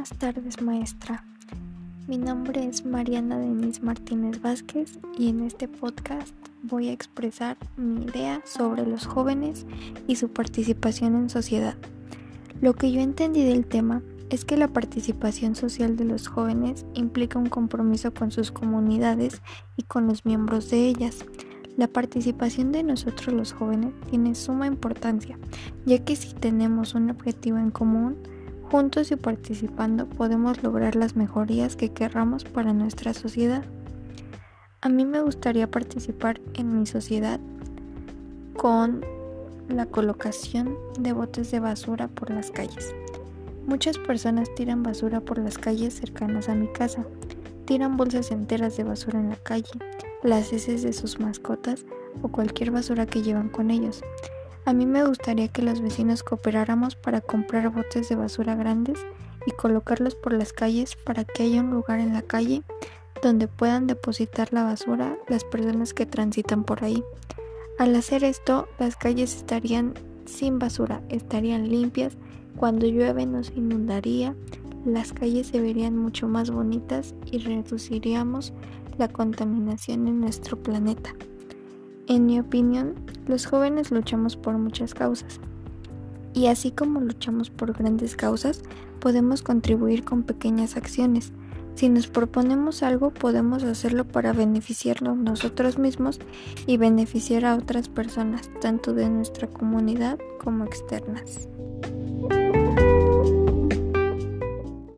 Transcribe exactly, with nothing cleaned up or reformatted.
Buenas tardes, maestra. Mi nombre es Mariana Denise Martínez Vázquez y en este podcast voy a expresar mi idea sobre los jóvenes y su participación en sociedad. Lo que yo entendí del tema es que la participación social de los jóvenes implica un compromiso con sus comunidades y con los miembros de ellas. La participación de nosotros los jóvenes tiene suma importancia, ya que si tenemos un objetivo en común, juntos y participando podemos lograr las mejorías que querramos para nuestra sociedad. A mí me gustaría participar en mi sociedad con la colocación de botes de basura por las calles. Muchas personas tiran basura por las calles cercanas a mi casa. Tiran bolsas enteras de basura en la calle, las heces de sus mascotas o cualquier basura que llevan con ellos. A mí me gustaría que los vecinos cooperáramos para comprar botes de basura grandes y colocarlos por las calles para que haya un lugar en la calle donde puedan depositar la basura las personas que transitan por ahí. Al hacer esto, las calles estarían sin basura, estarían limpias, cuando llueve no se inundaría, las calles se verían mucho más bonitas y reduciríamos la contaminación en nuestro planeta. En mi opinión, los jóvenes luchamos por muchas causas, y así como luchamos por grandes causas, podemos contribuir con pequeñas acciones. Si nos proponemos algo, podemos hacerlo para beneficiarnos nosotros mismos y beneficiar a otras personas, tanto de nuestra comunidad como externas.